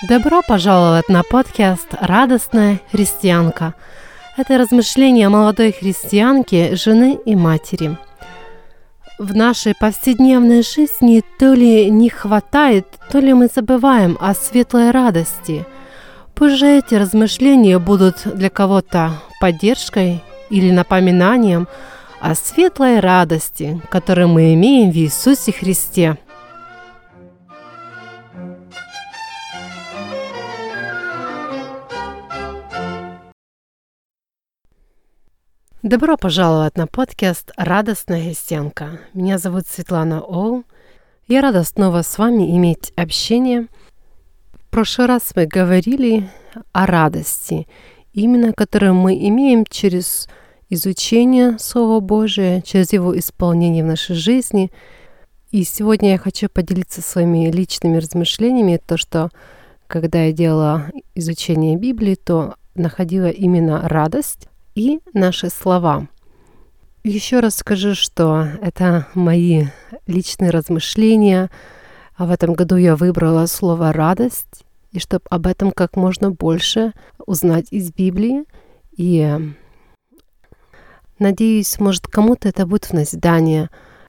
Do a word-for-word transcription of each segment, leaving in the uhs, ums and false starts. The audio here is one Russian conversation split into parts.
Добро пожаловать на подкаст «Радостная христианка». Это размышления молодой христианки, жены и матери. В нашей повседневной жизни то ли не хватает, то ли мы забываем о светлой радости. Пусть же эти размышления будут для кого-то поддержкой или напоминанием о светлой радости, которую мы имеем в Иисусе Христе. Добро пожаловать на подкаст «Радостная христианка». Меня зовут Светлана Оу. Я рада снова с вами иметь общение. В прошлый раз мы говорили о радости, именно которую мы имеем через изучение Слова Божия, через его исполнение в нашей жизни. И сегодня я хочу поделиться своими личными размышлениями, то, что когда я делала изучение Библии, то находила именно радость и наши слова. Еще раз скажу, что это мои личные размышления. А в этом году я выбрала слово «радость», и чтобы об этом как можно больше узнать из Библии. И надеюсь, может, кому-то это будет в назидание.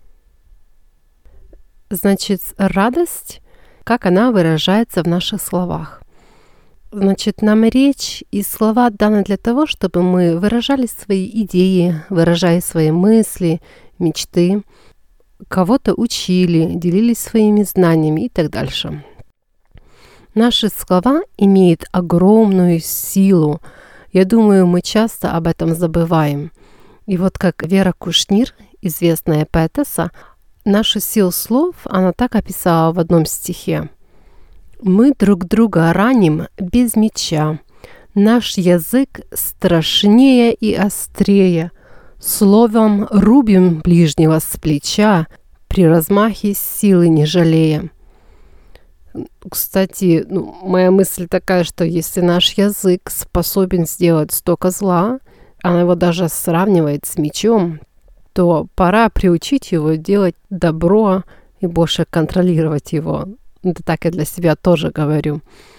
Значит, радость, как она выражается в наших словах. Значит, нам речь и слова даны для того, чтобы мы выражали свои идеи, выражали свои мысли, мечты, кого-то учили, делились своими знаниями и так дальше. Наши слова имеют огромную силу. Я думаю, мы часто об этом забываем. И вот как Вера Кушнир, известная поэтесса, нашу силу слов она так описала в одном стихе. «Мы друг друга раним без меча, наш язык страшнее и острее, словом рубим ближнего с плеча, при размахе силы не жалея». Кстати, ну, моя мысль такая, что если наш язык способен сделать столько зла, она его даже сравнивает с мечом, то пора приучить его делать добро и больше контролировать его. Это так я для себя тоже говорю.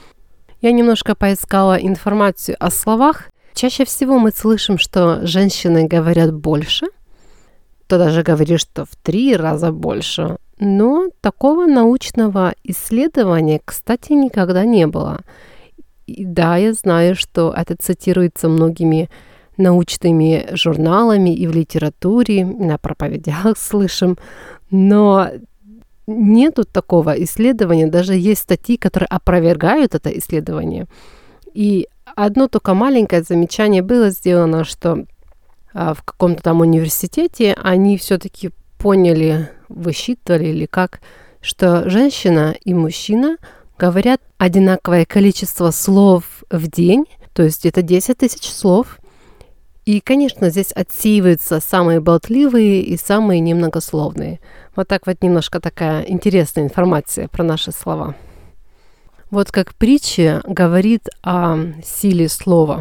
Я немножко поискала информацию о словах. Чаще всего мы слышим, что женщины говорят больше. Кто даже говорит, что в три раза больше. Но такого научного исследования, кстати, никогда не было. И да, я знаю, что это цитируется многими научными журналами и в литературе, и на проповедях слышим. Но нету такого исследования, даже есть статьи, которые опровергают это исследование. И одно только маленькое замечание было сделано, что а, в каком-то там университете они все-таки поняли, высчитывали или как, что женщина и мужчина говорят одинаковое количество слов в день, то есть это десять тысяч слов. И, конечно, здесь отсеиваются самые болтливые и самые немногословные. Вот так вот немножко такая интересная информация про наши слова. Вот как притча говорит о силе слова.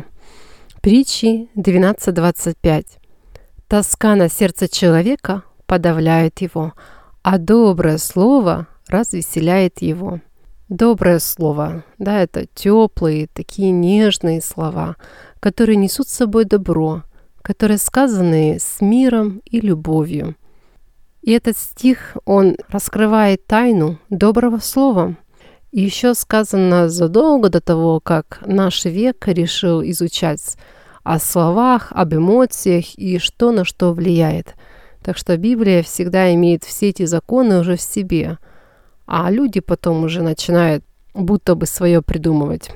Притчи двенадцать двадцать пять. «Тоска на сердце человека подавляет его, а доброе слово развеселяет его». Доброе слово, да, это теплые, такие нежные слова, которые несут с собой добро, которые сказаны с миром и любовью. И этот стих, он раскрывает тайну доброго слова. И еще сказано задолго до того, как наш век решил изучать о словах, об эмоциях и что на что влияет. Так что Библия всегда имеет все эти законы уже в себе. А люди потом уже начинают будто бы свое придумывать.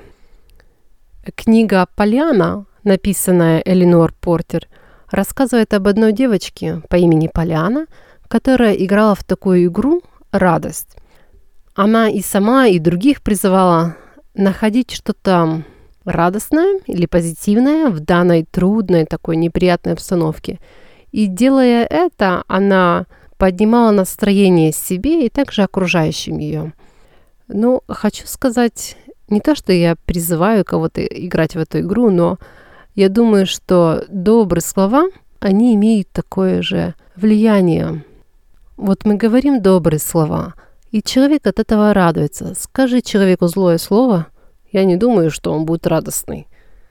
Книга «Поляна», написанная Эленор Портер, рассказывает об одной девочке по имени Поляна, которая играла в такую игру «Радость». Она и сама, и других призывала находить что-то радостное или позитивное в данной трудной, такой неприятной обстановке. И делая это, она поднимала настроение себе и также окружающим ее. Ну, хочу сказать, не то, что я призываю кого-то играть в эту игру, но я думаю, что добрые слова, они имеют такое же влияние. Вот мы говорим добрые слова, и человек от этого радуется. Скажи человеку злое слово, я не думаю, что он будет радостный.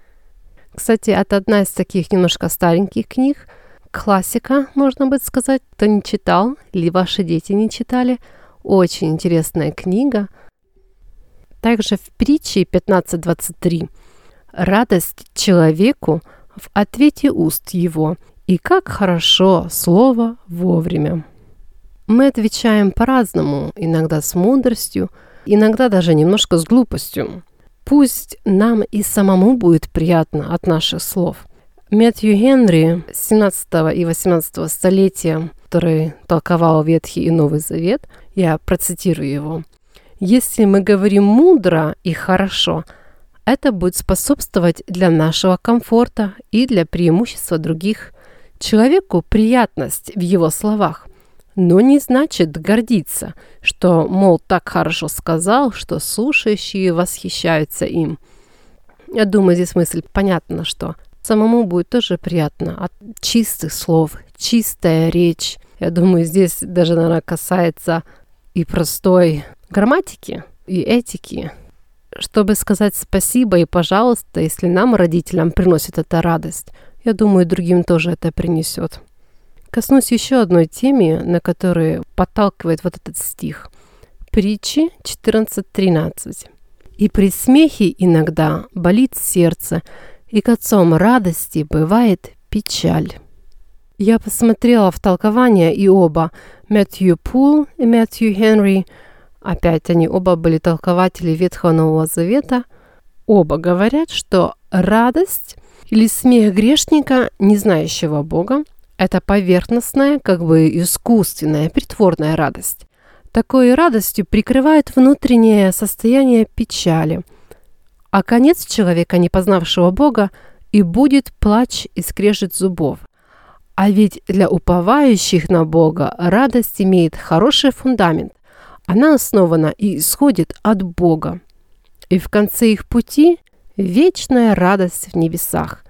Кстати, это одна из таких немножко стареньких книг, классика, можно бы сказать. Кто не читал или ваши дети не читали, очень интересная книга. Также в притче пятнадцать двадцать три «Радость человеку в ответе уст его, и как хорошо слово вовремя». Мы отвечаем по-разному, иногда с мудростью, иногда даже немножко с глупостью. Пусть нам и самому будет приятно от наших слов. Мэтью Генри семнадцатого и восемнадцатого столетия, который толковал Ветхий и Новый Завет, я процитирую его. «Если мы говорим мудро и хорошо, это будет способствовать для нашего комфорта и для преимущества других. Человеку приятность в его словах, но не значит гордиться, что, мол, так хорошо сказал, что слушающие восхищаются им». Я думаю, здесь мысль понятна, что самому будет тоже приятно от чистых слов, чистая речь. Я думаю, здесь даже, наверное, касается и простой грамматики, и этики. Чтобы сказать спасибо и пожалуйста, если нам, родителям, приносит это радость, я думаю, другим тоже это принесет. Коснусь еще одной темы, на которую подталкивает вот этот стих. Притчи четырнадцать тринадцать. «И при смехе иногда болит сердце, и к отцам радости бывает печаль». Я посмотрела в толкования, и оба, Мэтью Пул и Мэтью Генри, опять они оба были толкователи Ветхого Нового Завета, оба говорят, что радость или смех грешника, не знающего Бога, это поверхностная, как бы искусственная, притворная радость. Такой радостью прикрывает внутреннее состояние печали. А конец человека, не познавшего Бога, и будет плач и скрежет зубов. А ведь для уповающих на Бога радость имеет хороший фундамент. Она основана и исходит от Бога. И в конце их пути вечная радость в небесах.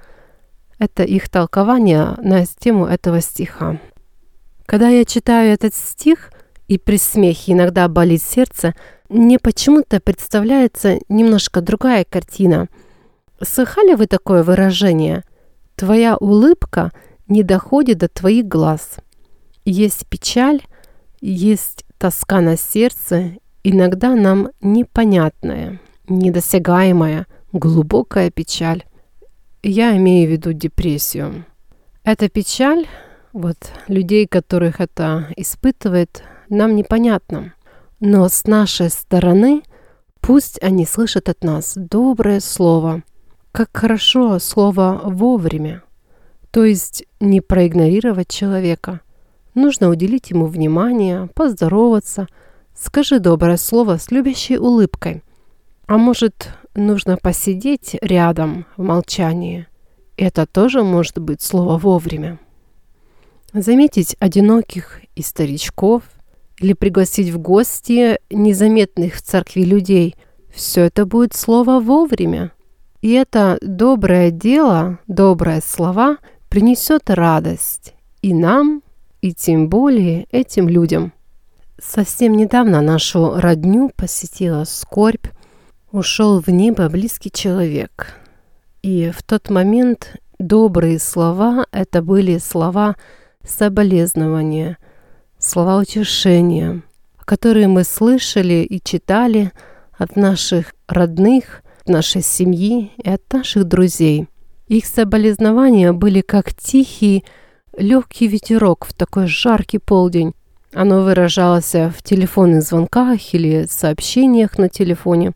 Это их толкование на тему этого стиха. Когда я читаю этот стих, и при смехе иногда болит сердце, мне почему-то представляется немножко другая картина. Слыхали вы такое выражение? «Твоя улыбка не доходит до твоих глаз». Есть печаль, есть тоска на сердце, иногда нам непонятная, недосягаемая, глубокая печаль. Я имею в виду депрессию. Эта печаль, вот людей, которых это испытывает, нам непонятно. Но с нашей стороны пусть они слышат от нас доброе слово. Как хорошо слово вовремя. То есть не проигнорировать человека. Нужно уделить ему внимание, поздороваться. Скажи доброе слово с любящей улыбкой. А может, нужно посидеть рядом в молчании. Это тоже может быть слово вовремя. Заметить одиноких и старичков или пригласить в гости незаметных в церкви людей. Все это будет слово вовремя. И это доброе дело, добрые слова принесет радость и нам, и тем более этим людям. Совсем недавно нашу родню посетила скорбь. Ушел в небо близкий человек. И в тот момент добрые слова – это были слова соболезнования, слова утешения, которые мы слышали и читали от наших родных, от нашей семьи и от наших друзей. Их соболезнования были как тихий, легкий ветерок в такой жаркий полдень. Оно выражалось в телефонных звонках или сообщениях на телефоне.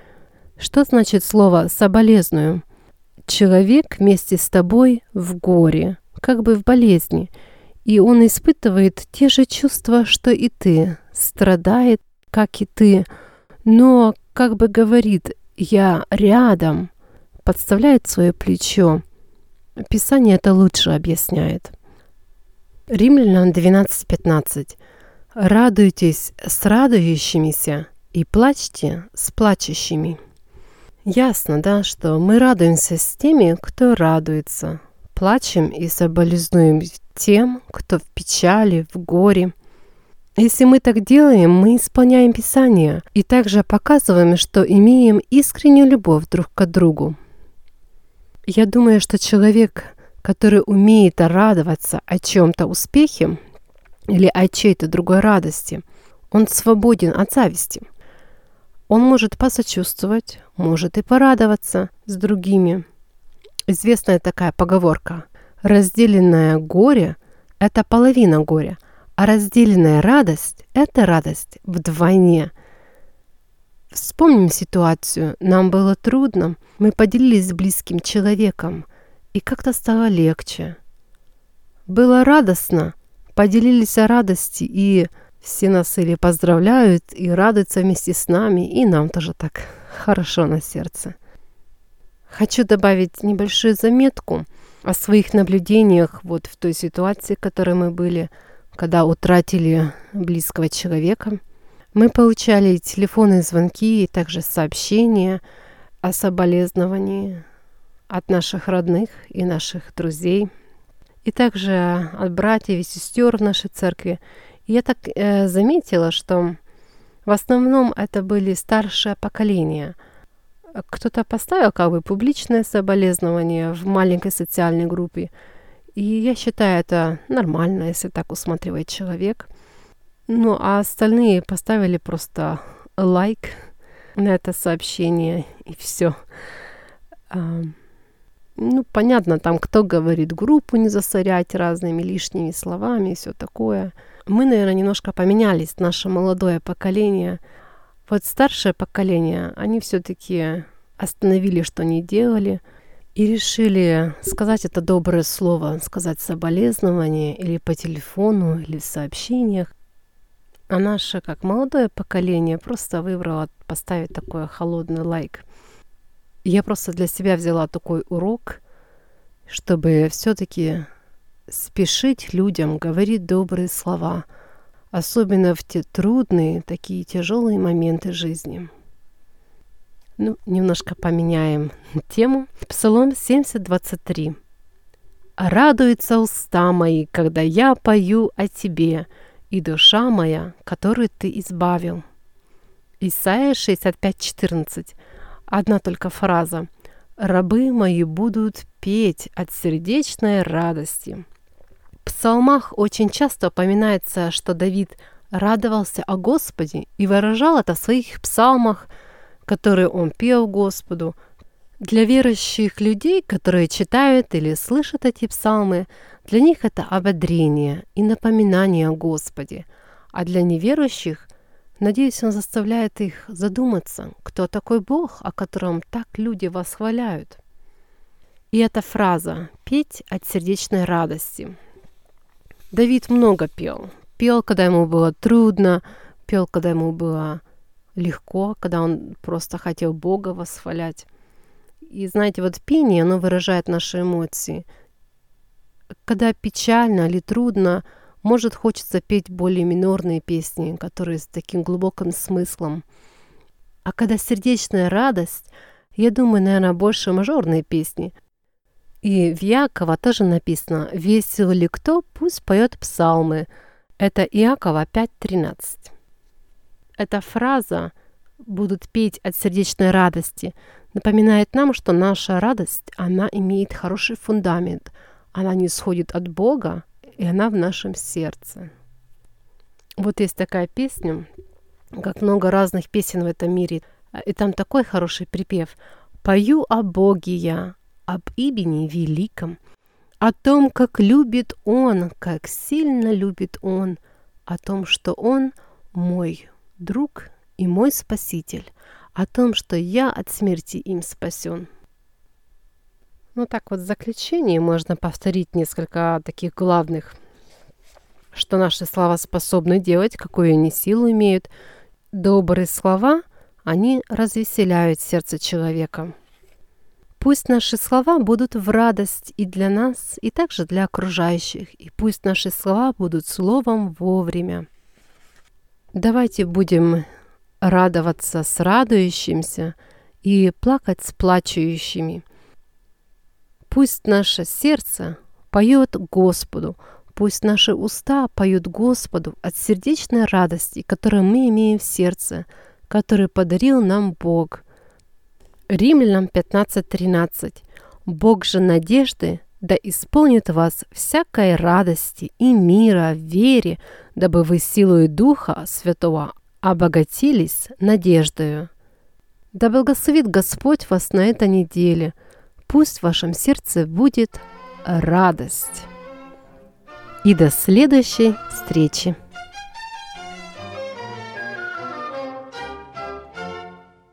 Что значит слово «соболезную»? Человек вместе с тобой в горе, как бы в болезни, и он испытывает те же чувства, что и ты, страдает, как и ты, но как бы говорит «я рядом», подставляет свое плечо. Писание это лучше объясняет. Римлянам двенадцать пятнадцать. «Радуйтесь с радующимися и плачьте с плачущими». Ясно, да, что мы радуемся с теми, кто радуется, плачем и соболезнуем тем, кто в печали, в горе. Если мы так делаем, мы исполняем Писание и также показываем, что имеем искреннюю любовь друг к другу. Я думаю, что человек, который умеет радоваться о чем-то успехе или о чьей-то другой радости, он свободен от зависти. Он может посочувствовать, может и порадоваться с другими. Известная такая поговорка: разделенное горе – это половина горя, а разделенная радость – это радость вдвойне. Вспомним ситуацию. Нам было трудно, мы поделились с близким человеком, и как-то стало легче. Было радостно, поделились о радости, и все нас или поздравляют, и радуются вместе с нами, и нам тоже так хорошо на сердце. Хочу добавить небольшую заметку о своих наблюдениях вот в той ситуации, в которой мы были, когда утратили близкого человека. Мы получали телефонные звонки и также сообщения о соболезновании от наших родных и наших друзей, и также от братьев и сестер в нашей церкви. И я так э, заметила, что в основном это были старшее поколение. Кто-то поставил как бы публичное соболезнование в маленькой социальной группе. И я считаю это нормально, если так усматривает человек. Ну, а остальные поставили просто лайк на это сообщение, и все. А, ну, понятно, там кто говорит группу не засорять разными лишними словами и все такое. Мы, наверное, немножко поменялись, наше молодое поколение. Вот старшее поколение, они все-таки остановили, что они делали, и решили сказать это доброе слово, сказать соболезнование или по телефону, или в сообщениях. А наше, как молодое поколение, просто выбрало поставить такой холодный лайк. Я просто для себя взяла такой урок, чтобы все-таки спешить людям говорить добрые слова, особенно в те трудные, такие тяжелые моменты жизни. Ну, немножко поменяем тему. Псалом семьдесят, двадцать три. «Радуются уста мои, когда я пою о Тебе, и душа моя, которую Ты избавил». Исайя шестьдесят пять, четырнадцать. Одна только фраза: «Рабы мои будут петь от сердечной радости». В псалмах очень часто упоминается, что Давид радовался о Господе и выражал это в своих псалмах, которые он пел Господу. Для верующих людей, которые читают или слышат эти псалмы, для них это ободрение и напоминание о Господе. А для неверующих, надеюсь, он заставляет их задуматься, кто такой Бог, о котором так люди восхваляют. И эта фраза «петь от сердечной радости». Давид много пел. Пел, когда ему было трудно, пел, когда ему было легко, когда он просто хотел Бога восхвалять. И знаете, вот пение, оно выражает наши эмоции. Когда печально или трудно, может, хочется петь более минорные песни, которые с таким глубоким смыслом. А когда сердечная радость, я думаю, наверное, больше мажорные песни. И в Иакова тоже написано: «Весел ли кто, пусть поет псалмы». Это Иакова пять, тринадцать. Эта фраза «будут петь от сердечной радости» напоминает нам, что наша радость, она имеет хороший фундамент. Она не исходит от Бога, и она в нашем сердце. Вот есть такая песня, как много разных песен в этом мире, и там такой хороший припев: «Пою о Боге я, об имени великом, о том, как любит Он, как сильно любит Он, о том, что Он мой друг и мой Спаситель, о том, что я от смерти им спасен». Ну так вот, в заключение можно повторить несколько таких главных, что наши слова способны делать, какую они силу имеют. Добрые слова, они развеселяют сердце человека. Пусть наши слова будут в радость и для нас, и также для окружающих, и пусть наши слова будут словом вовремя. Давайте будем радоваться с радующимся и плакать с плачущими. Пусть наше сердце поет Господу, Пусть наши уста поют Господу от сердечной радости, которую мы имеем в сердце, который подарил нам Бог. Римлянам пятнадцать тринадцать. Бог же надежды да исполнит вас всякой радости и мира в вере, дабы вы силою Духа Святого обогатились надеждою. Да благословит Господь вас на этой неделе. Пусть в вашем сердце будет радость. И до следующей встречи.